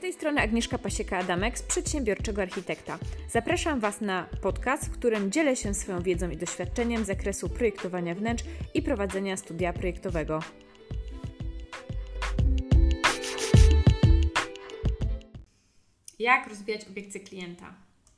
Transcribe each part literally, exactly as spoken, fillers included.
tej strony Agnieszka Pasieka-Adamek z Przedsiębiorczego Architekta. Zapraszam Was na podcast, w którym dzielę się swoją wiedzą i doświadczeniem z zakresu projektowania wnętrz i prowadzenia studia projektowego. Jak rozwijać obiekcje klienta?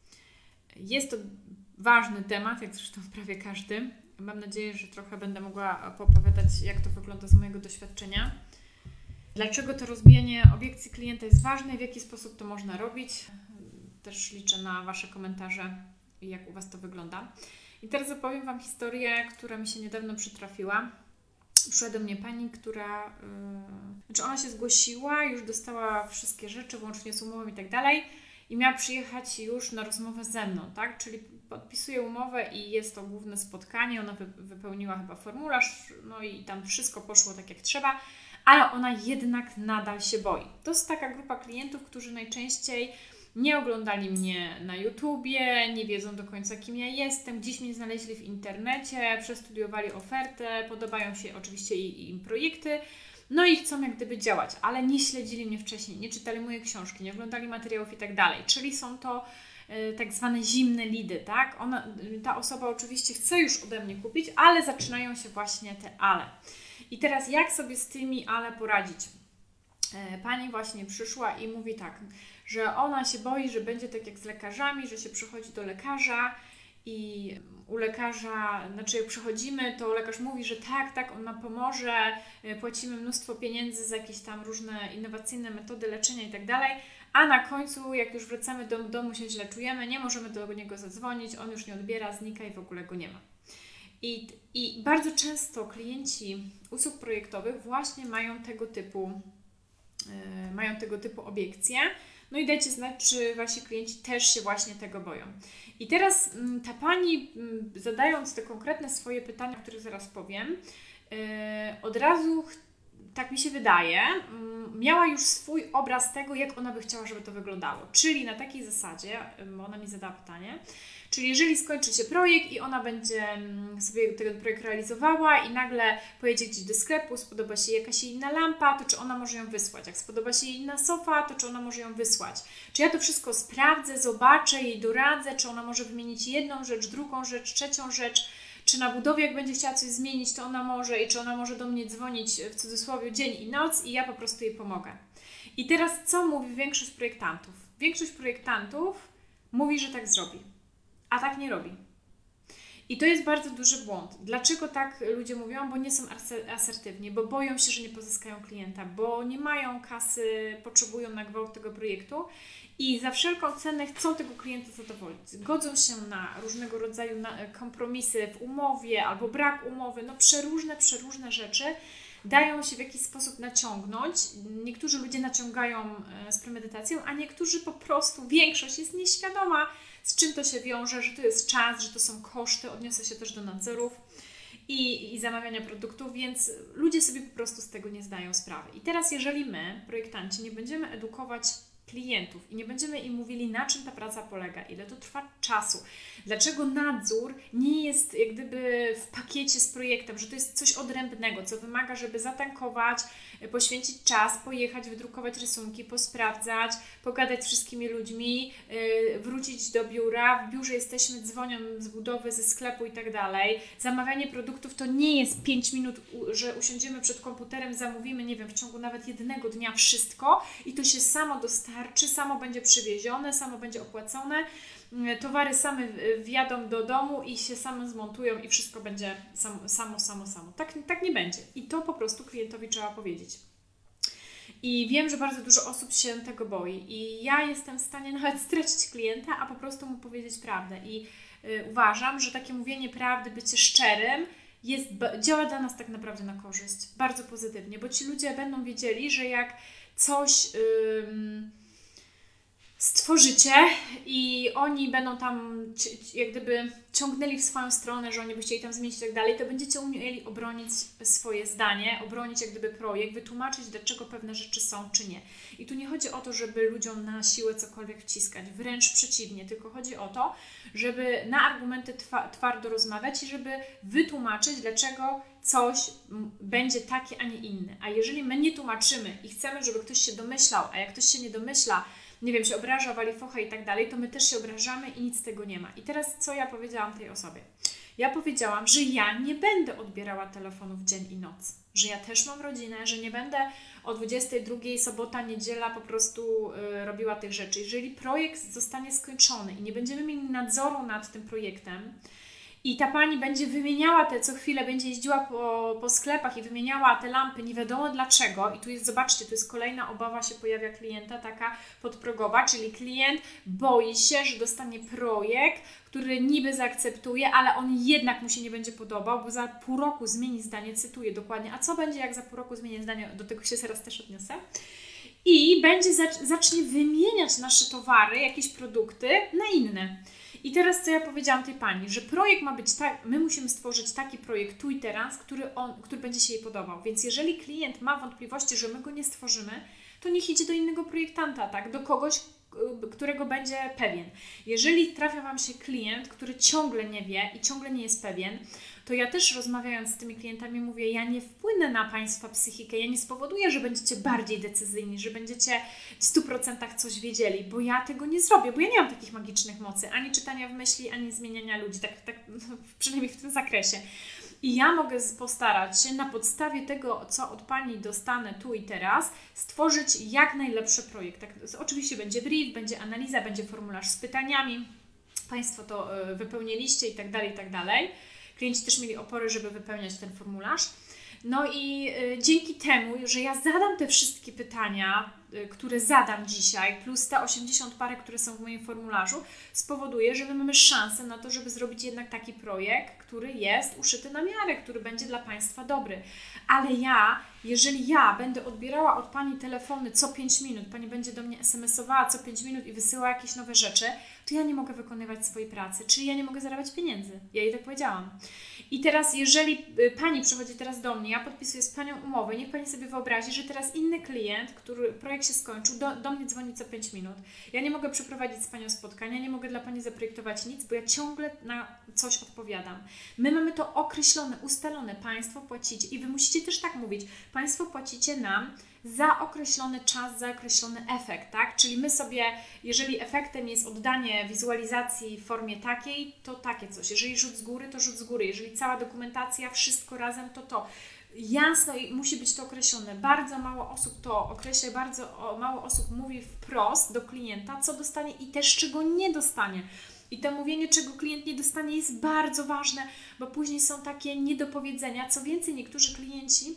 Jest to ważny temat, jak zresztą prawie każdy. Mam nadzieję, że trochę będę mogła poopowiadać, jak to wygląda z mojego doświadczenia. Dlaczego to rozbijanie obiekcji klienta jest ważne i w jaki sposób to można robić? Też liczę na Wasze komentarze i jak u Was to wygląda. I teraz opowiem Wam historię, która mi się niedawno przytrafiła. Przyszła do mnie pani, która, yy, znaczy ona się zgłosiła, już dostała wszystkie rzeczy, łącznie z umową i tak dalej, i miała przyjechać już na rozmowę ze mną, tak? Czyli podpisuje umowę i jest to główne spotkanie, ona wy, wypełniła chyba formularz, no i tam wszystko poszło tak jak trzeba, ale ona jednak nadal się boi. To jest taka grupa klientów, którzy najczęściej nie oglądali mnie na YouTubie, nie wiedzą do końca, kim ja jestem, gdzieś mnie znaleźli w internecie, przestudiowali ofertę, podobają się oczywiście im projekty, no i chcą jak gdyby działać, ale nie śledzili mnie wcześniej, nie czytali moje książki, nie oglądali materiałów i tak dalej, czyli są to y, tak zwane zimne lidy, tak? Ona, ta osoba oczywiście chce już ode mnie kupić, ale zaczynają się właśnie te ale. I teraz jak sobie z tymi ale poradzić? Y, pani właśnie przyszła i mówi tak, że ona się boi, że będzie tak jak z lekarzami, że się przychodzi do lekarza i u lekarza, znaczy jak przychodzimy, to lekarz mówi, że tak, tak, on nam pomoże, płacimy mnóstwo pieniędzy za jakieś tam różne innowacyjne metody leczenia i tak dalej, a na końcu, jak już wracamy do domu, się źle czujemy, nie możemy do niego zadzwonić, on już nie odbiera, znika i w ogóle go nie ma. I, i bardzo często klienci usług projektowych właśnie mają tego typu, yy, mają tego typu obiekcje. No i dajcie znać, czy Wasi klienci też się właśnie tego boją. I teraz ta pani, zadając te konkretne swoje pytania, o których zaraz powiem, yy, od razu, tak mi się wydaje, yy, miała już swój obraz tego, jak ona by chciała, żeby to wyglądało. Czyli na takiej zasadzie, yy, ona mi zadała pytanie, czyli jeżeli skończy się projekt i ona będzie sobie ten projekt realizowała i nagle pojedzie gdzieś do sklepu, spodoba się jakaś inna lampa, to czy ona może ją wysłać? Jak spodoba się jej inna sofa, to czy ona może ją wysłać? Czy ja to wszystko sprawdzę, zobaczę, jej doradzę, czy ona może wymienić jedną rzecz, drugą rzecz, trzecią rzecz, czy na budowie jak będzie chciała coś zmienić, to ona może i czy ona może do mnie dzwonić w cudzysłowie dzień i noc i ja po prostu jej pomogę. I teraz co mówi większość projektantów? Większość projektantów mówi, że tak zrobi. A tak nie robi. I to jest bardzo duży błąd. Dlaczego tak ludzie mówią? Bo nie są asertywni, bo boją się, że nie pozyskają klienta, bo nie mają kasy, potrzebują na gwałt tego projektu i za wszelką cenę chcą tego klienta zadowolić. Godzą się na różnego rodzaju kompromisy w umowie albo brak umowy, no przeróżne, przeróżne rzeczy. Dają się w jakiś sposób naciągnąć. Niektórzy ludzie naciągają z premedytacją, a niektórzy po prostu, większość jest nieświadoma, z czym to się wiąże, że to jest czas, że to są koszty, odniosę się też do nadzorów i, i zamawiania produktów, więc ludzie sobie po prostu z tego nie zdają sprawy. I teraz jeżeli my, projektanci, nie będziemy edukować klientów i nie będziemy im mówili, na czym ta praca polega, ile to trwa czasu, dlaczego nadzór nie jest jak gdyby w pakiecie z projektem, że to jest coś odrębnego, co wymaga, żeby zatankować, poświęcić czas, pojechać, wydrukować rysunki, posprawdzać, pogadać z wszystkimi ludźmi, yy, wrócić do biura, w biurze jesteśmy, dzwonią z budowy, ze sklepu i tak dalej. Zamawianie produktów to nie jest pięć minut, że usiądziemy przed komputerem, zamówimy, nie wiem, w ciągu nawet jednego dnia wszystko i to się samo dostarczy, samo będzie przywiezione, samo będzie opłacone, towary same wjadą do domu i się same zmontują i wszystko będzie samo, samo, samo, samo. Tak, tak nie będzie. I to po prostu klientowi trzeba powiedzieć. I wiem, że bardzo dużo osób się tego boi i ja jestem w stanie nawet stracić klienta, a po prostu mu powiedzieć prawdę. I y, uważam, że takie mówienie prawdy, bycie szczerym jest, działa dla nas tak naprawdę na korzyść. Bardzo pozytywnie, bo ci ludzie będą wiedzieli, że jak coś... Yy, stworzycie i oni będą tam jak gdyby ciągnęli w swoją stronę, że oni by chcieli tam zmienić i tak dalej, to będziecie umieli obronić swoje zdanie, obronić jak gdyby projekt, wytłumaczyć, dlaczego pewne rzeczy są czy nie. I tu nie chodzi o to, żeby ludziom na siłę cokolwiek wciskać, wręcz przeciwnie, tylko chodzi o to, żeby na argumenty twa- twardo rozmawiać i żeby wytłumaczyć, dlaczego coś będzie takie, a nie inne. A jeżeli my nie tłumaczymy i chcemy, żeby ktoś się domyślał, a jak ktoś się nie domyśla, nie wiem, się obraża, wali focha i tak dalej, to my też się obrażamy i nic z tego nie ma. I teraz co ja powiedziałam tej osobie? Ja powiedziałam, że ja nie będę odbierała telefonów dzień i noc, że ja też mam rodzinę, że nie będę o dwudziestej drugiej sobota, niedziela po prostu y, robiła tych rzeczy. Jeżeli projekt zostanie skończony i nie będziemy mieli nadzoru nad tym projektem, i ta pani będzie wymieniała te, co chwilę będzie jeździła po, po sklepach i wymieniała te lampy, nie wiadomo dlaczego. I tu jest, zobaczcie, tu jest kolejna obawa się pojawia klienta, taka podprogowa, czyli klient boi się, że dostanie projekt, który niby zaakceptuje, ale on jednak mu się nie będzie podobał, bo za pół roku zmieni zdanie, cytuję dokładnie, a co będzie, jak za pół roku zmieni zdanie, do tego się zaraz też odniosę. I będzie zacznie wymieniać nasze towary, jakieś produkty na inne. I teraz co ja powiedziałam tej pani, że projekt ma być tak, my musimy stworzyć taki projekt tu i teraz, który, on, który będzie się jej podobał. Więc jeżeli klient ma wątpliwości, że my go nie stworzymy, to niech idzie do innego projektanta, tak? Do kogoś, którego będzie pewien. Jeżeli trafia Wam się klient, który ciągle nie wie i ciągle nie jest pewien, to ja też rozmawiając z tymi klientami mówię, ja nie wpłynę na Państwa psychikę, ja nie spowoduję, że będziecie bardziej decyzyjni, że będziecie w stu procentach coś wiedzieli, bo ja tego nie zrobię, bo ja nie mam takich magicznych mocy, ani czytania w myśli, ani zmieniania ludzi, tak, tak przynajmniej w tym zakresie. I ja mogę postarać się na podstawie tego, co od Pani dostanę tu i teraz, stworzyć jak najlepszy projekt. Tak, oczywiście będzie brief, będzie analiza, będzie formularz z pytaniami, Państwo to wypełniliście i tak dalej, i tak dalej. Klienci też mieli opory, żeby wypełniać ten formularz. No i y, dzięki temu, że ja zadam te wszystkie pytania, y, które zadam dzisiaj, plus te osiemdziesiąt parę, które są w moim formularzu, spowoduje, że my mamy szansę na to, żeby zrobić jednak taki projekt, który jest uszyty na miarę, który będzie dla Państwa dobry. Ale ja, jeżeli ja będę odbierała od Pani telefony co pięć minut, Pani będzie do mnie es em esowała co pięć minut i wysyłała jakieś nowe rzeczy, to ja nie mogę wykonywać swojej pracy, czyli ja nie mogę zarabiać pieniędzy. Ja jej tak powiedziałam. I teraz, jeżeli Pani przychodzi teraz do mnie, ja podpisuję z Panią umowę, niech Pani sobie wyobrazi, że teraz inny klient, który projekt się skończył, do, do mnie dzwoni co pięć minut. Ja nie mogę przeprowadzić z Panią spotkania, nie mogę dla Pani zaprojektować nic, bo ja ciągle na coś odpowiadam. My mamy to określone, ustalone. Państwo płacicie i Wy musicie też tak mówić. Państwo płacicie nam za określony czas, za określony efekt, tak? Czyli my sobie, jeżeli efektem jest oddanie wizualizacji w formie takiej, to takie coś. Jeżeli rzut z góry, to rzut z góry. Jeżeli cała dokumentacja, wszystko razem, to to. Jasno i musi być to określone. Bardzo mało osób to określa, bardzo mało osób mówi wprost do klienta, co dostanie i też czego nie dostanie. I to mówienie, czego klient nie dostanie, jest bardzo ważne, bo później są takie niedopowiedzenia. Co więcej, niektórzy klienci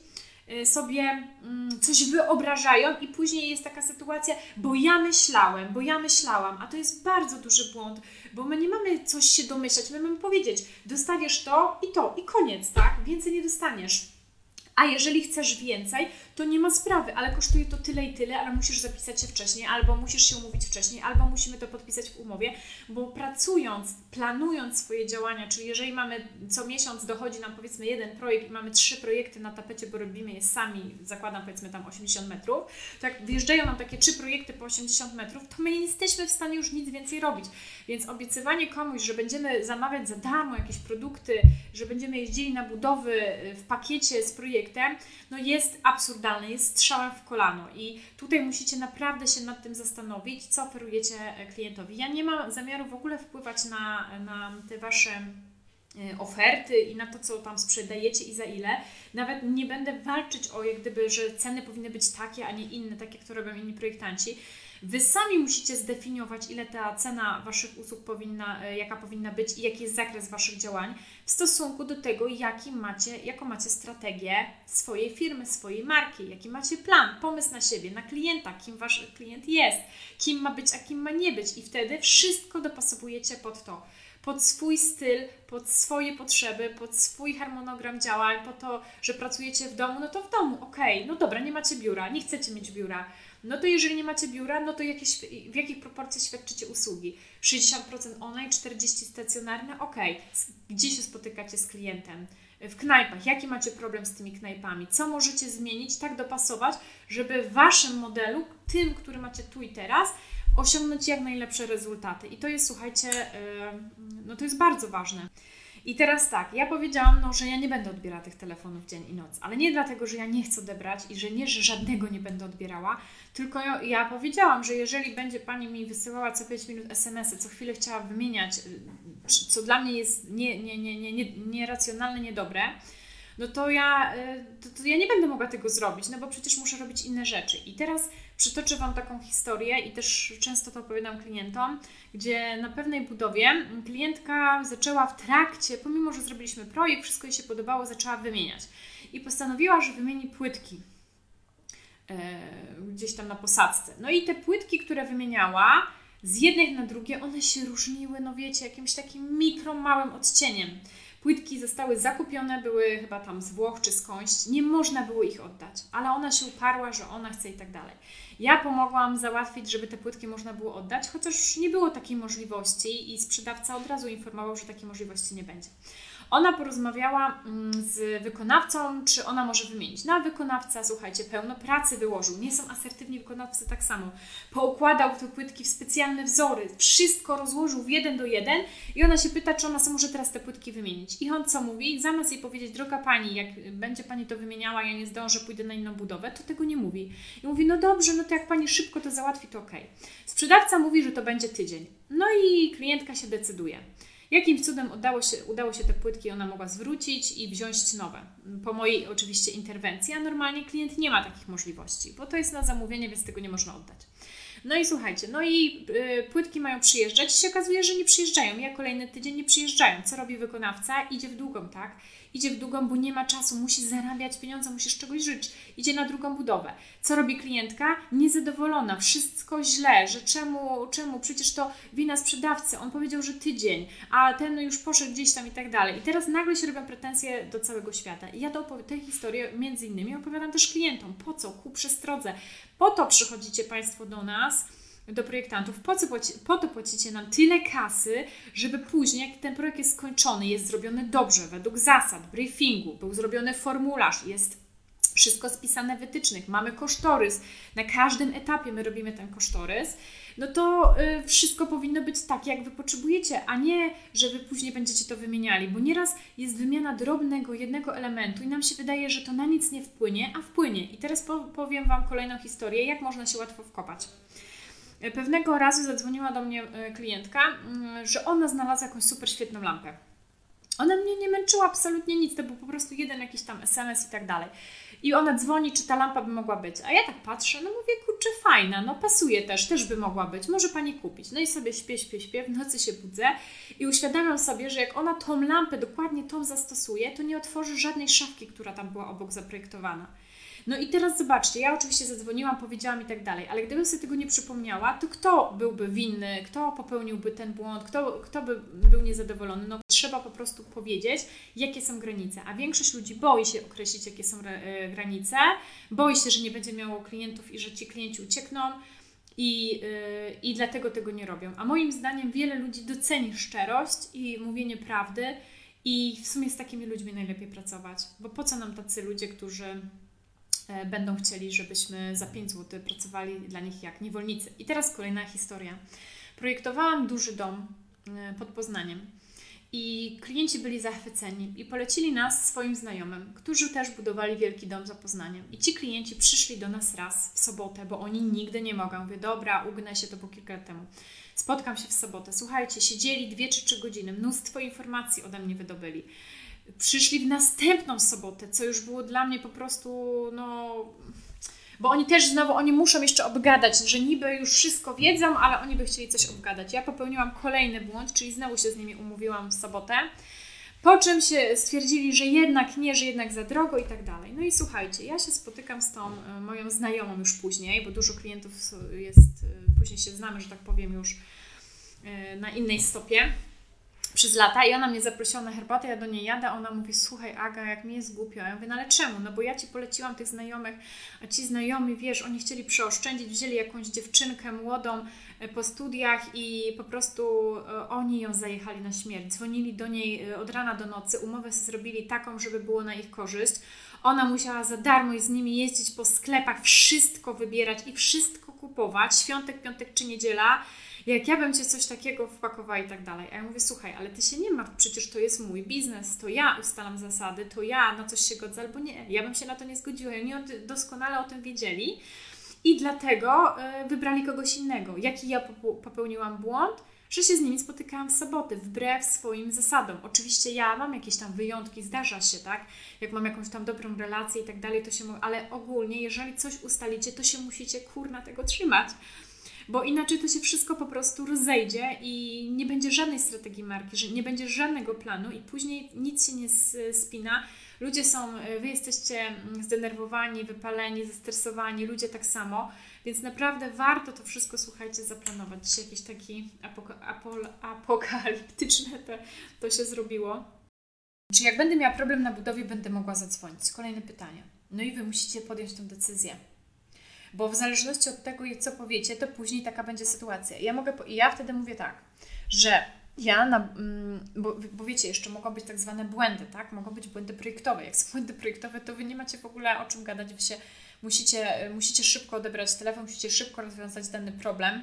sobie coś wyobrażają i później jest taka sytuacja, bo ja myślałem, bo ja myślałam, a to jest bardzo duży błąd, bo my nie mamy coś się domyślać, my mamy powiedzieć, dostaniesz to i to i koniec, tak? Więcej nie dostaniesz. A jeżeli chcesz więcej, to nie ma sprawy, ale kosztuje to tyle i tyle, ale musisz zapisać się wcześniej, albo musisz się umówić wcześniej, albo musimy to podpisać w umowie, bo pracując, planując swoje działania, czyli jeżeli mamy co miesiąc dochodzi nam powiedzmy jeden projekt i mamy trzy projekty na tapecie, bo robimy je sami, zakładam powiedzmy tam osiemdziesiąt metrów, to jak wjeżdżają nam takie trzy projekty po osiemdziesiąt metrów, to my nie jesteśmy w stanie już nic więcej robić. Więc obiecywanie komuś, że będziemy zamawiać za darmo jakieś produkty, że będziemy jeździli na budowy w pakiecie z projektem, no jest absurdalne, jest strzałem w kolano i tutaj musicie naprawdę się nad tym zastanowić, co oferujecie klientowi. Ja nie mam zamiaru w ogóle wpływać na, na te Wasze oferty i na to, co tam sprzedajecie i za ile. Nawet nie będę walczyć o jak gdyby, że ceny powinny być takie, a nie inne, tak jak to robią inni projektanci. Wy sami musicie zdefiniować, ile ta cena Waszych usług powinna, jaka powinna być i jaki jest zakres Waszych działań w stosunku do tego, jaki macie, jaką macie strategię swojej firmy, swojej marki, jaki macie plan, pomysł na siebie, na klienta, kim Wasz klient jest, kim ma być, a kim ma nie być i wtedy wszystko dopasowujecie pod to. pod swój styl, pod swoje potrzeby, pod swój harmonogram działań, po to, że pracujecie w domu, no to w domu, okej, okay. No dobra, nie macie biura, nie chcecie mieć biura, no to jeżeli nie macie biura, no to jakieś, w jakich proporcjach świadczycie usługi? sześćdziesiąt procent online, czterdzieści procent stacjonarne, okej. Okay. Gdzie się spotykacie z klientem? W knajpach. Jaki macie problem z tymi knajpami? Co możecie zmienić, tak dopasować, żeby w Waszym modelu, tym, który macie tu i teraz, osiągnąć jak najlepsze rezultaty. I to jest, słuchajcie, yy, no to jest bardzo ważne. I teraz tak, ja powiedziałam, no, że ja nie będę odbierała tych telefonów dzień i noc, ale nie dlatego, że ja nie chcę odebrać i że nie, że żadnego nie będę odbierała, tylko ja, ja powiedziałam, że jeżeli będzie Pani mi wysyłała co pięć minut es em esy, co chwilę chciała wymieniać, co dla mnie jest nie, nie, nie, nie, nie, nieracjonalne, niedobre, no to ja, to, to ja nie będę mogła tego zrobić, no bo przecież muszę robić inne rzeczy. I teraz przytoczę Wam taką historię i też często to opowiadam klientom, gdzie na pewnej budowie klientka zaczęła w trakcie, pomimo że zrobiliśmy projekt, wszystko jej się podobało, zaczęła wymieniać. I postanowiła, że wymieni płytki yy, gdzieś tam na posadzce. No i te płytki, które wymieniała, z jednych na drugie, one się różniły, no wiecie, jakimś takim mikro, małym odcieniem. Płytki zostały zakupione, były chyba tam z Włoch czy skądś, nie można było ich oddać, ale ona się uparła, że ona chce i tak dalej. Ja pomogłam załatwić, żeby te płytki można było oddać, chociaż nie było takiej możliwości i sprzedawca od razu informował, że takiej możliwości nie będzie. Ona porozmawiała z wykonawcą, czy ona może wymienić. No a wykonawca, słuchajcie, pełno pracy wyłożył. Nie są asertywni wykonawcy tak samo. Poukładał te płytki w specjalne wzory. Wszystko rozłożył w jeden do jeden i ona się pyta, czy ona może teraz te płytki wymienić. I on co mówi? Zamiast jej powiedzieć, droga Pani, jak będzie Pani to wymieniała, ja nie zdążę, pójdę na inną budowę, to tego nie mówi. I mówi, no dobrze, no to jak Pani szybko to załatwi, to okej. Okay. Sprzedawca mówi, że to będzie tydzień. No i klientka się decyduje. Jakimś cudem udało się, udało się te płytki, ona mogła zwrócić i wziąć nowe. Po mojej oczywiście interwencji, a normalnie klient nie ma takich możliwości, bo to jest na zamówienie, więc tego nie można oddać. No i słuchajcie, no i y, płytki mają przyjeżdżać i się okazuje, że nie przyjeżdżają. Ja kolejny tydzień nie przyjeżdżają. Co robi wykonawca? Idzie w długą, tak? Idzie w długą, bo nie ma czasu, musi zarabiać pieniądze, musi z czegoś żyć. Idzie na drugą budowę. Co robi klientka? Niezadowolona, wszystko źle, że czemu, czemu, przecież to wina sprzedawcy, on powiedział, że tydzień, a ten już poszedł gdzieś tam i tak dalej. I teraz nagle się robią pretensje do całego świata. I ja to opowi- tę historię między innymi opowiadam też klientom. Po co? Ku przestrodze. Po to przychodzicie Państwo do nas, do projektantów, po, co płaci, po to płacicie nam tyle kasy, żeby później, jak ten projekt jest skończony, jest zrobiony dobrze, według zasad, briefingu, był zrobiony formularz, jest wszystko spisane w wytycznych, mamy kosztorys, na każdym etapie my robimy ten kosztorys, no to y, wszystko powinno być tak, jak Wy potrzebujecie, a nie, że Wy później będziecie to wymieniali, bo nieraz jest wymiana drobnego, jednego elementu i nam się wydaje, że to na nic nie wpłynie, a wpłynie. I teraz po, powiem Wam kolejną historię, jak można się łatwo wkopać. Pewnego razu zadzwoniła do mnie klientka, że ona znalazła jakąś super świetną lampę. Ona mnie nie męczyła absolutnie nic, to był po prostu jeden jakiś tam es em es i tak dalej. I ona dzwoni, czy ta lampa by mogła być. A ja tak patrzę, no mówię, kurczę, fajna, no pasuje też, też by mogła być, może Pani kupić. No i sobie śpię, śpię, śpię, w nocy się budzę i uświadamiam sobie, że jak ona tą lampę, dokładnie tą zastosuje, to nie otworzy żadnej szafki, która tam była obok zaprojektowana. No i teraz zobaczcie, ja oczywiście zadzwoniłam, powiedziałam i tak dalej, ale gdybym sobie tego nie przypomniała, to kto byłby winny, kto popełniłby ten błąd, kto, kto by był niezadowolony? No trzeba po prostu powiedzieć, jakie są granice, a większość ludzi boi się określić, jakie są re, granice, boi się, że nie będzie miało klientów i że ci klienci uciekną i, yy, i dlatego tego nie robią. A moim zdaniem wiele ludzi doceni szczerość i mówienie prawdy i w sumie z takimi ludźmi najlepiej pracować, bo po co nam tacy ludzie, którzy będą chcieli, żebyśmy za pięć złotych pracowali dla nich jak niewolnicy. I teraz kolejna historia. Projektowałam duży dom pod Poznaniem i klienci byli zachwyceni i polecili nas swoim znajomym, którzy też budowali wielki dom za Poznaniem. I ci klienci przyszli do nas raz w sobotę, bo oni nigdy nie mogą. Mówię, dobra, ugnę się, to było kilka lat temu. Spotkam się w sobotę. Słuchajcie, siedzieli dwie czy trzy godziny, mnóstwo informacji ode mnie wydobyli. Przyszli w następną sobotę, co już było dla mnie po prostu, no... Bo oni też znowu, oni muszą jeszcze obgadać, że niby już wszystko wiedzą, ale oni by chcieli coś obgadać. Ja popełniłam kolejny błąd, czyli znowu się z nimi umówiłam w sobotę, po czym się stwierdzili, że jednak nie, że jednak za drogo i tak dalej. No i słuchajcie, ja się spotykam z tą moją znajomą już później, bo dużo klientów jest, później się znamy, że tak powiem, już na innej stopie. przez lata i ona mnie zaprosiła na herbatę, ja do niej jadę, ona mówi, słuchaj Aga, jak mi jest głupio. Ja mówię, no ale czemu? No bo ja Ci poleciłam tych znajomych, a ci znajomi, wiesz, oni chcieli przeoszczędzić, wzięli jakąś dziewczynkę młodą po studiach i po prostu oni ją zajechali na śmierć. Dzwonili do niej od rana do nocy, umowę sobie zrobili taką, żeby było na ich korzyść. Ona musiała za darmo z nimi jeździć po sklepach, wszystko wybierać i wszystko kupować, świątek, piątek czy niedziela. Jak ja bym Cię coś takiego wpakowała i tak dalej. A ja mówię, słuchaj, ale Ty się nie martw, przecież to jest mój biznes, to ja ustalam zasady, to ja na coś się godzę albo nie. Ja bym się na to nie zgodziła. I oni doskonale o tym wiedzieli i dlatego y, wybrali kogoś innego. Jaki ja popełniłam błąd? Że się z nimi spotykałam w soboty, wbrew swoim zasadom. Oczywiście ja mam jakieś tam wyjątki, zdarza się, tak? Jak mam jakąś tam dobrą relację i tak dalej, to się... Ale ogólnie, jeżeli coś ustalicie, to się musicie, kurna, tego trzymać. Bo inaczej to się wszystko po prostu rozejdzie i nie będzie żadnej strategii marki, że nie będzie żadnego planu i później nic się nie spina. Ludzie są, Wy jesteście zdenerwowani, wypaleni, zestresowani, ludzie tak samo, więc naprawdę warto to wszystko, słuchajcie, zaplanować. Dzisiaj jakiś taki apok- apol- apokaliptyczne to, to się zrobiło. Czy jak będę miała problem na budowie, będę mogła zadzwonić? Kolejne pytanie. No i Wy musicie podjąć tę decyzję. Bo w zależności od tego, co powiecie, to później taka będzie sytuacja. Ja mogę, i ja wtedy mówię tak, że ja, na, bo, bo wiecie, jeszcze mogą być tak zwane błędy, tak? Mogą być błędy projektowe. Jak są błędy projektowe, to Wy nie macie w ogóle o czym gadać. Wy się musicie, musicie szybko odebrać telefon, musicie szybko rozwiązać dany problem.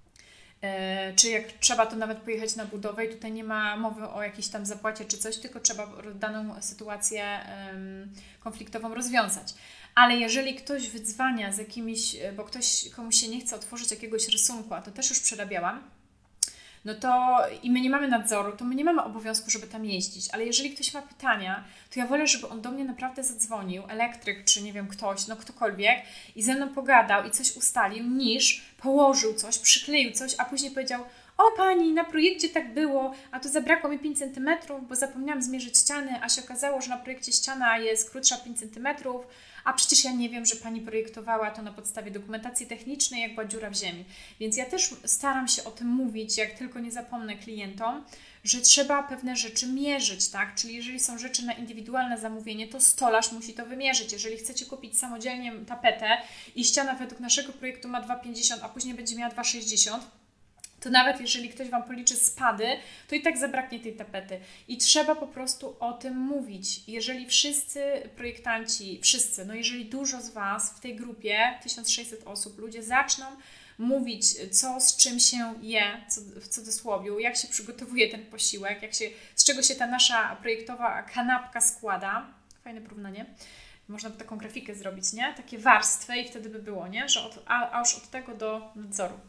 Yy, czy jak trzeba, to nawet pojechać na budowę i tutaj nie ma mowy o jakiejś tam zapłacie czy coś, tylko trzeba daną sytuację yy, konfliktową rozwiązać. Ale jeżeli ktoś wydzwania z jakimiś, bo ktoś, komuś się nie chce otworzyć jakiegoś rysunku, a to też już przerabiałam, no to i my nie mamy nadzoru, to my nie mamy obowiązku, żeby tam jeździć. Ale jeżeli ktoś ma pytania, to ja wolę, żeby on do mnie naprawdę zadzwonił, elektryk czy nie wiem ktoś, no ktokolwiek i ze mną pogadał i coś ustalił, niż położył coś, przykleił coś, a później powiedział: o Pani, na projekcie tak było, a tu zabrakło mi pięć centymetrów, bo zapomniałam zmierzyć ściany, a się okazało, że na projekcie ściana jest krótsza pięć centymetrów, a przecież ja nie wiem, że Pani projektowała to na podstawie dokumentacji technicznej, jak była dziura w ziemi. Więc ja też staram się o tym mówić, jak tylko nie zapomnę klientom, że trzeba pewne rzeczy mierzyć, tak? Czyli jeżeli są rzeczy na indywidualne zamówienie, to stolarz musi to wymierzyć. Jeżeli chcecie kupić samodzielnie tapetę i ściana według naszego projektu ma dwa pięćdziesiąt, a później będzie miała dwa sześćdziesiąt, to nawet jeżeli ktoś Wam policzy spady, to i tak zabraknie tej tapety. I trzeba po prostu o tym mówić. Jeżeli wszyscy projektanci, wszyscy, no jeżeli dużo z Was w tej grupie, tysiąc sześćset osób, ludzie zaczną mówić, co z czym się je, co, w cudzysłowie, jak się przygotowuje ten posiłek, jak się, z czego się ta nasza projektowa kanapka składa. Fajne porównanie. Można by taką grafikę zrobić, nie? Takie warstwy i wtedy by było, nie? Że od, a, aż od tego do nadzoru.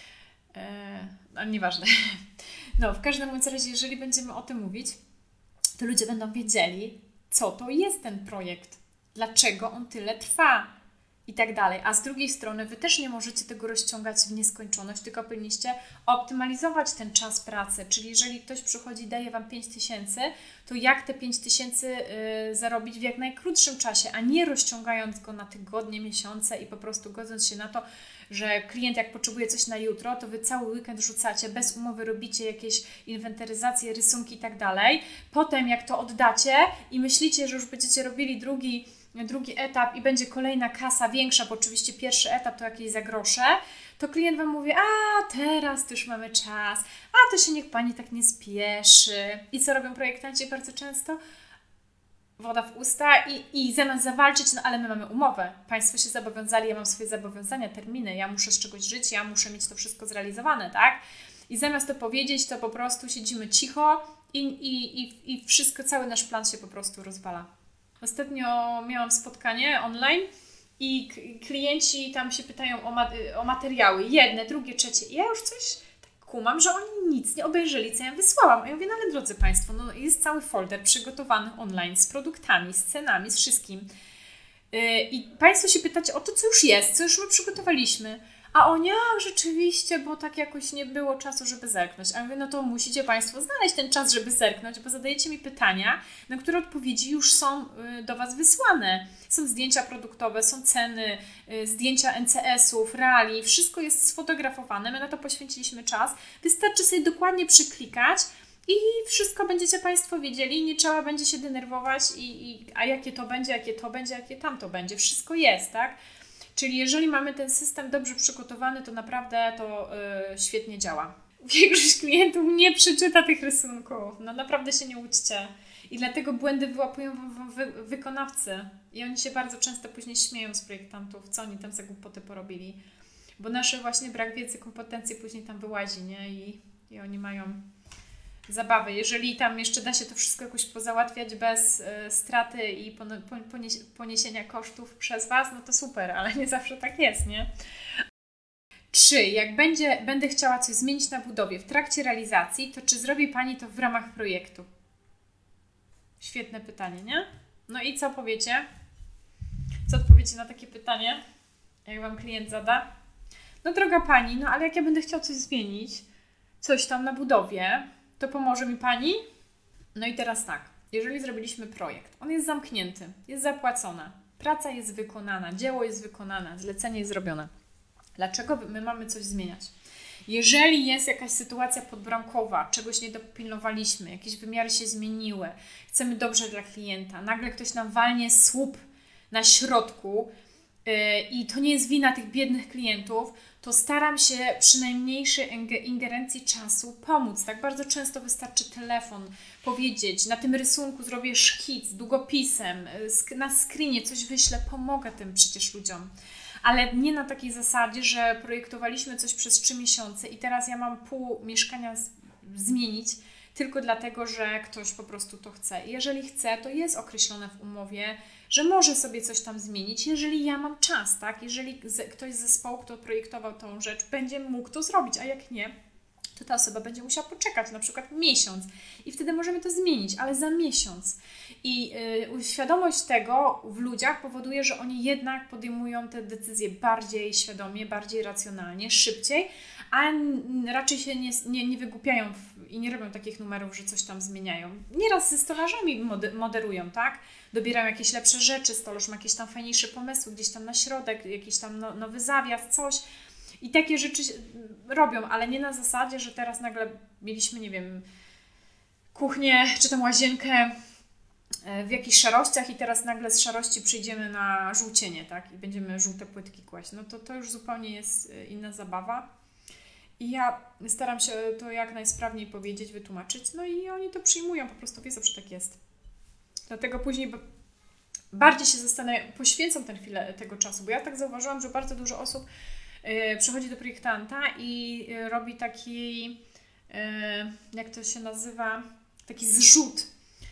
Ale nieważne. No, w każdym razie, jeżeli będziemy o tym mówić, to ludzie będą wiedzieli, co to jest ten projekt, dlaczego on tyle trwa i tak dalej. A z drugiej strony Wy też nie możecie tego rozciągać w nieskończoność, tylko powinniście optymalizować ten czas pracy. Czyli jeżeli ktoś przychodzi i daje Wam pięć tysięcy, to jak te pięć tysięcy yy, zarobić w jak najkrótszym czasie, a nie rozciągając go na tygodnie, miesiące i po prostu godząc się na to, że klient jak potrzebuje coś na jutro, to Wy cały weekend rzucacie, bez umowy robicie jakieś inwentaryzacje, rysunki i tak dalej. Potem jak to oddacie i myślicie, że już będziecie robili drugi, drugi etap i będzie kolejna kasa większa, bo oczywiście pierwszy etap to jakieś za grosze, to klient Wam mówi: a teraz to już mamy czas, a to się niech Pani tak nie spieszy. I co robią projektanci bardzo często? Woda w usta i, i zamiast zawalczyć, no ale my mamy umowę. Państwo się zobowiązali, ja mam swoje zobowiązania, terminy, ja muszę z czegoś żyć, ja muszę mieć to wszystko zrealizowane, tak? I zamiast to powiedzieć, to po prostu siedzimy cicho i, i, i, i wszystko, cały nasz plan się po prostu rozwala. Ostatnio miałam spotkanie online i klienci tam się pytają o, ma- o materiały, jedne, drugie, trzecie. I ja już coś kumam, że oni nic nie obejrzeli, co ja wysłałam. A ja mówię: no ale drodzy Państwo, no jest cały folder przygotowany online z produktami, z cenami, z wszystkim. Yy, I Państwo się pytacie o to, co już jest, co już my przygotowaliśmy. A oni: a rzeczywiście, bo tak jakoś nie było czasu, żeby zerknąć. A ja mówię: no to musicie Państwo znaleźć ten czas, żeby zerknąć, bo zadajecie mi pytania, na które odpowiedzi już są yy, do Was wysłane. Są zdjęcia produktowe, są ceny, yy, zdjęcia N C S-ów, reali, wszystko jest sfotografowane, my na to poświęciliśmy czas. Wystarczy sobie dokładnie przyklikać I wszystko będziecie Państwo wiedzieli, nie trzeba będzie się denerwować, i, i, a jakie to będzie, jakie to będzie, jakie tamto będzie. Wszystko jest, tak? Czyli jeżeli mamy ten system dobrze przygotowany, to naprawdę to yy, świetnie działa. Większość klientów nie przeczyta tych rysunków. No naprawdę się nie łudźcie. I dlatego błędy wyłapują wy, wy, wykonawcy. I oni się bardzo często później śmieją z projektantów, co oni tam za głupoty porobili. Bo nasz właśnie brak wiedzy, kompetencji później tam wyłazi, nie? I, i oni mają zabawy. Jeżeli tam jeszcze da się to wszystko jakoś pozałatwiać bez y, straty i pon, ponieś, poniesienia kosztów przez Was, no to super, ale nie zawsze tak jest, nie? Czy jak będzie, będę chciała coś zmienić na budowie w trakcie realizacji, to czy zrobi Pani to w ramach projektu? Świetne pytanie, nie? No i co powiecie? Co odpowiecie na takie pytanie, jak Wam klient zada? No droga Pani, no ale jak ja będę chciał coś zmienić, coś tam na budowie, to pomoże mi Pani? No i teraz tak, jeżeli zrobiliśmy projekt, on jest zamknięty, jest zapłacone, praca jest wykonana, dzieło jest wykonane, zlecenie jest zrobione. Dlaczego my mamy coś zmieniać? Jeżeli jest jakaś sytuacja podbramkowa, czegoś nie dopilnowaliśmy, jakieś wymiary się zmieniły, chcemy dobrze dla klienta, nagle ktoś nam walnie słup na środku yy, i to nie jest wina tych biednych klientów, to staram się przy najmniejszej ingerencji czasu pomóc. Tak bardzo często wystarczy telefon, powiedzieć, na tym rysunku zrobię szkic, długopisem, na screenie coś wyślę, pomogę tym przecież ludziom. Ale nie na takiej zasadzie, że projektowaliśmy coś przez trzy miesiące i teraz ja mam pół mieszkania z- zmienić tylko dlatego, że ktoś po prostu to chce. Jeżeli chce, to jest określone w umowie, że może sobie coś tam zmienić, jeżeli ja mam czas, tak? Jeżeli z- ktoś z zespołu, kto projektował tą rzecz, będzie mógł to zrobić, a jak nie, to ta osoba będzie musiała poczekać na przykład miesiąc i wtedy możemy to zmienić, ale za miesiąc. I yy, świadomość tego w ludziach powoduje, że oni jednak podejmują te decyzje bardziej świadomie, bardziej racjonalnie, szybciej, a n- raczej się nie, nie, nie wygłupiają w, i nie robią takich numerów, że coś tam zmieniają. Nieraz ze stolarzami mode- moderują, tak? Dobierają jakieś lepsze rzeczy, stolarz ma jakieś tam fajniejsze pomysły, gdzieś tam na środek, jakiś tam no, nowy zawias, coś. I takie rzeczy robią, ale nie na zasadzie, że teraz nagle mieliśmy, nie wiem, kuchnię czy tam łazienkę w jakichś szarościach i teraz nagle z szarości przejdziemy na żółcienie, tak? I będziemy żółte płytki kłaść. No to to już zupełnie jest inna zabawa. I ja staram się to jak najsprawniej powiedzieć, wytłumaczyć. No i oni to przyjmują, po prostu wiedzą, że tak jest. Dlatego później bardziej się zastanawiam, poświęcam tę chwilę tego czasu, bo ja tak zauważyłam, że bardzo dużo osób przychodzi do projektanta i robi taki, jak to się nazywa, taki zrzut.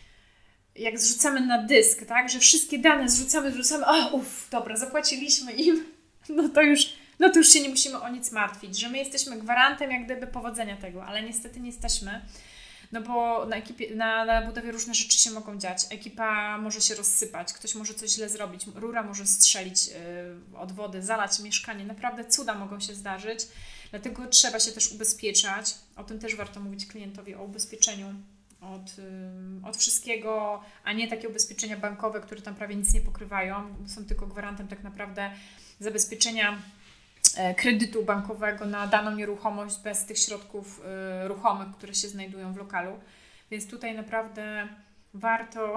Jak zrzucamy na dysk, tak, że wszystkie dane zrzucamy, zrzucamy, o uff, dobra, zapłaciliśmy im, no to już, no to już się nie musimy o nic martwić, że my jesteśmy gwarantem jak gdyby powodzenia tego, ale niestety nie jesteśmy, no bo na, ekipie, na, na budowie różne rzeczy się mogą dziać, ekipa może się rozsypać, ktoś może coś źle zrobić, rura może strzelić yy, od wody, zalać mieszkanie, naprawdę cuda mogą się zdarzyć, dlatego trzeba się też ubezpieczać, o tym też warto mówić klientowi, o ubezpieczeniu od, yy, od wszystkiego, a nie takie ubezpieczenia bankowe, które tam prawie nic nie pokrywają, są tylko gwarantem tak naprawdę zabezpieczenia kredytu bankowego na daną nieruchomość bez tych środków y, ruchomych, które się znajdują w lokalu. Więc tutaj naprawdę warto,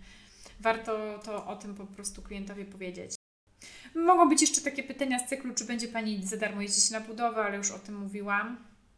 warto to o tym po prostu klientowi powiedzieć. Mogą być jeszcze takie pytania z cyklu, czy będzie Pani za darmo jeździć na budowę, ale już o tym mówiłam.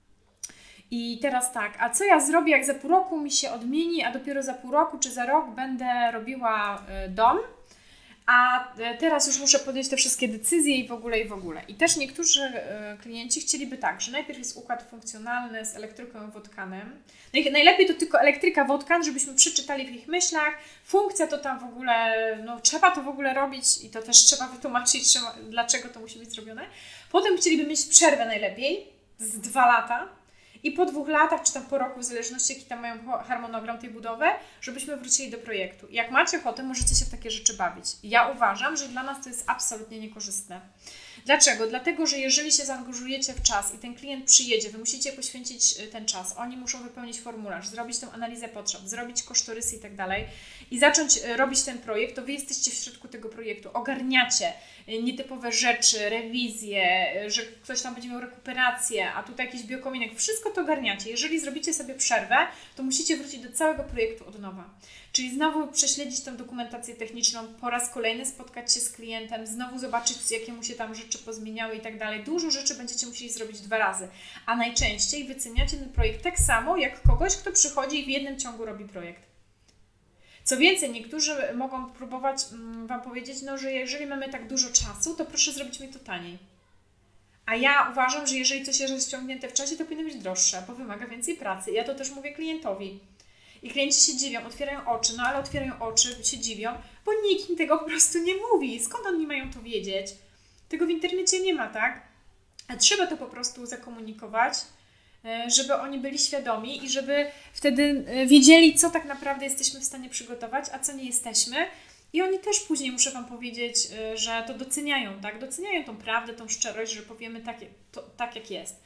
I teraz tak, a co ja zrobię, jak za pół roku mi się odmieni, a dopiero za pół roku czy za rok będę robiła y, dom, a teraz już muszę podjąć te wszystkie decyzje i w ogóle, i w ogóle. I też niektórzy y, klienci chcieliby tak, że najpierw jest układ funkcjonalny z elektryką i wodkanem. No i najlepiej to tylko elektryka, wodkan, żebyśmy przeczytali w ich myślach. Funkcja to tam w ogóle, no trzeba to w ogóle robić i to też trzeba wytłumaczyć, trzeba, dlaczego to musi być zrobione. Potem chcieliby mieć przerwę najlepiej z dwa lata. I po dwóch latach, czy tam po roku, w zależności jaki tam mają harmonogram tej budowy, żebyśmy wrócili do projektu. Jak macie ochotę, możecie się w takie rzeczy bawić. Ja uważam, że dla nas to jest absolutnie niekorzystne. Dlaczego? Dlatego, że jeżeli się zaangażujecie w czas i ten klient przyjedzie, wy musicie poświęcić ten czas, oni muszą wypełnić formularz, zrobić tą analizę potrzeb, zrobić kosztorysy i tak dalej i zacząć robić ten projekt, to wy jesteście w środku tego projektu, ogarniacie nietypowe rzeczy, rewizje, że ktoś tam będzie miał rekuperację, a tutaj jakiś biokominek, wszystko to ogarniacie. Jeżeli zrobicie sobie przerwę, to musicie wrócić do całego projektu od nowa. Czyli znowu prześledzić tą dokumentację techniczną, po raz kolejny spotkać się z klientem, znowu zobaczyć, jakie mu się tam rzeczy pozmieniały i tak dalej. Dużo rzeczy będziecie musieli zrobić dwa razy, a najczęściej wyceniacie ten projekt tak samo, jak kogoś, kto przychodzi i w jednym ciągu robi projekt. Co więcej, niektórzy mogą próbować mm, Wam powiedzieć, no, że jeżeli mamy tak dużo czasu, to proszę zrobić mi to taniej. A ja uważam, że jeżeli coś jest rozciągnięte w czasie, to powinno być droższe, bo wymaga więcej pracy. Ja to też mówię klientowi. I klienci się dziwią, otwierają oczy, no ale otwierają oczy, się dziwią, bo nikt im tego po prostu nie mówi. Skąd oni mają to wiedzieć? Tego w internecie nie ma, tak? A trzeba to po prostu zakomunikować, żeby oni byli świadomi i żeby wtedy wiedzieli, co tak naprawdę jesteśmy w stanie przygotować, a co nie jesteśmy. I oni też później, muszę Wam powiedzieć, że to doceniają, tak? Doceniają tą prawdę, tą szczerość, że powiemy tak, to, tak jak jest.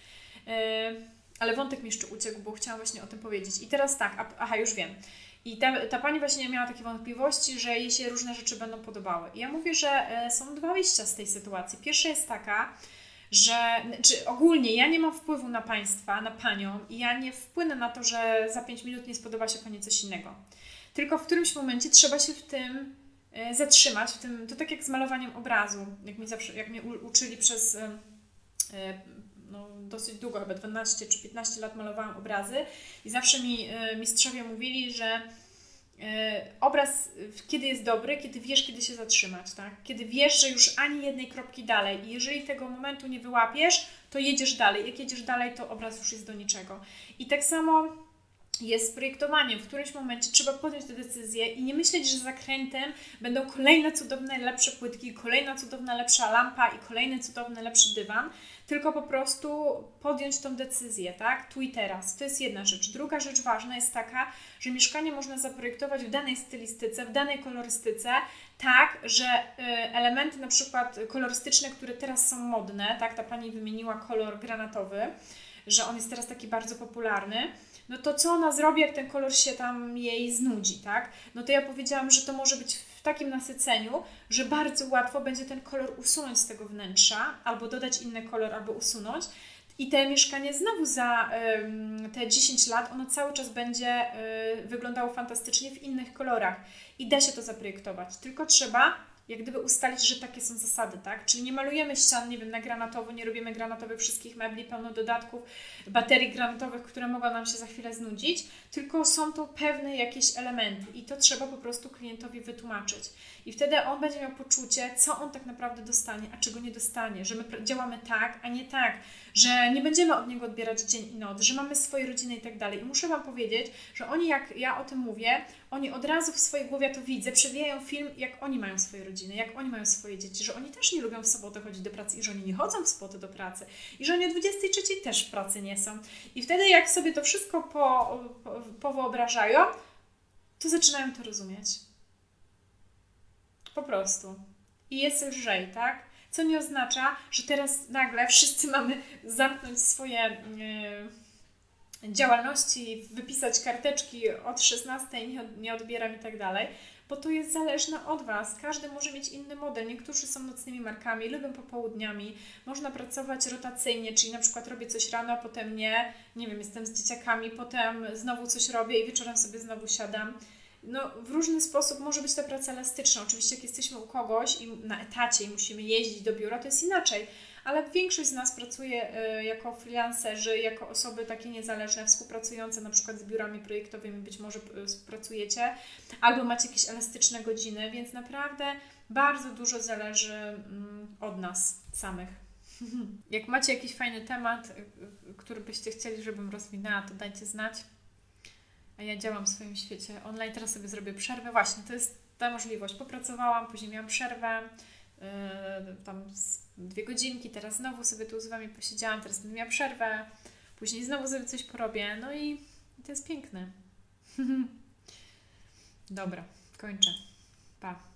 Ale wątek mi jeszcze uciekł, bo chciałam właśnie o tym powiedzieć. I teraz tak, aha, już wiem. I ta, ta pani właśnie miała takie wątpliwości, że jej się różne rzeczy będą podobały. I ja mówię, że są dwa wyjścia z tej sytuacji. Pierwsza jest taka, że czy ogólnie ja nie mam wpływu na Państwa, na Panią i ja nie wpłynę na to, że za pięć minut nie spodoba się Pani coś innego. Tylko w którymś momencie trzeba się w tym e, zatrzymać, w tym, to tak jak z malowaniem obrazu, jak, mi zawsze, jak mnie u, uczyli przez e, no, dosyć długo, chyba dwanaście czy piętnaście lat malowałam obrazy i zawsze mi e, mistrzowie mówili, że obraz kiedy jest dobry, kiedy wiesz, kiedy się zatrzymać, tak? Kiedy wiesz, że już ani jednej kropki dalej i jeżeli tego momentu nie wyłapiesz, to jedziesz dalej. Jak jedziesz dalej, to obraz już jest do niczego. I tak samo jest z projektowaniem. W którymś momencie trzeba podjąć tę decyzję i nie myśleć, że zakrętem będą kolejne cudowne, lepsze płytki, kolejna cudowna, lepsza lampa i kolejny cudowny, lepszy dywan, tylko po prostu podjąć tą decyzję, tak? Tu i teraz. To jest jedna rzecz. Druga rzecz ważna jest taka, że mieszkanie można zaprojektować w danej stylistyce, w danej kolorystyce, tak, że elementy na przykład kolorystyczne, które teraz są modne, tak? Ta pani wymieniła kolor granatowy, że on jest teraz taki bardzo popularny, no to co ona zrobi, jak ten kolor się tam jej znudzi, tak? No to ja powiedziałam, że to może być w takim nasyceniu, że bardzo łatwo będzie ten kolor usunąć z tego wnętrza, albo dodać inny kolor, albo usunąć. I te mieszkanie znowu za y, te dziesięć lat, ono cały czas będzie y, wyglądało fantastycznie w innych kolorach. I da się to zaprojektować, tylko trzeba jak gdyby ustalić, że takie są zasady, tak? Czyli nie malujemy ścian, nie wiem, na granatowo, nie robimy granatowych wszystkich mebli, pełno dodatków, baterii granatowych, które mogą nam się za chwilę znudzić, tylko są to pewne jakieś elementy i to trzeba po prostu klientowi wytłumaczyć. I wtedy on będzie miał poczucie, co on tak naprawdę dostanie, a czego nie dostanie, że my działamy tak, a nie tak, że nie będziemy od niego odbierać dzień i noc, że mamy swoje rodziny i tak dalej. I muszę Wam powiedzieć, że oni, jak ja o tym mówię, oni od razu w swojej głowie, ja to widzę, przewijają film, jak oni mają swoje rodziny, jak oni mają swoje dzieci, że oni też nie lubią w sobotę chodzić do pracy i że oni nie chodzą w sobotę do pracy i że oni o dwudziestej trzeciej też w pracy nie są. I wtedy jak sobie to wszystko po, po, powyobrażają, to zaczynają to rozumieć. Po prostu. I jest lżej, tak? Co nie oznacza, że teraz nagle wszyscy mamy zamknąć swoje yy, działalności, wypisać karteczki od szesnastej, nie, nie odbieram i tak dalej, bo to jest zależne od Was. Każdy może mieć inny model. Niektórzy są nocnymi markami, lubią popołudniami. Można pracować rotacyjnie, czyli na przykład robię coś rano, a potem nie. Nie wiem, jestem z dzieciakami, potem znowu coś robię i wieczorem sobie znowu siadam. No, w różny sposób może być ta praca elastyczna. Oczywiście jak jesteśmy u kogoś i na etacie i musimy jeździć do biura, to jest inaczej. Ale większość z nas pracuje y, jako freelancerzy, jako osoby takie niezależne, współpracujące na przykład z biurami projektowymi, być może y, współpracujecie, albo macie jakieś elastyczne godziny, więc naprawdę bardzo dużo zależy y, od nas samych. Jak macie jakiś fajny temat, y, y, który byście chcieli, żebym rozwinęła, to dajcie znać. A ja działam w swoim świecie online, teraz sobie zrobię przerwę. Właśnie, to jest ta możliwość. Popracowałam, później miałam przerwę, yy, tam dwie godzinki, teraz znowu sobie tu z Wami posiedziałam, teraz będę miała przerwę, później znowu sobie coś porobię, no i, i to jest piękne. Dobra, kończę. Pa.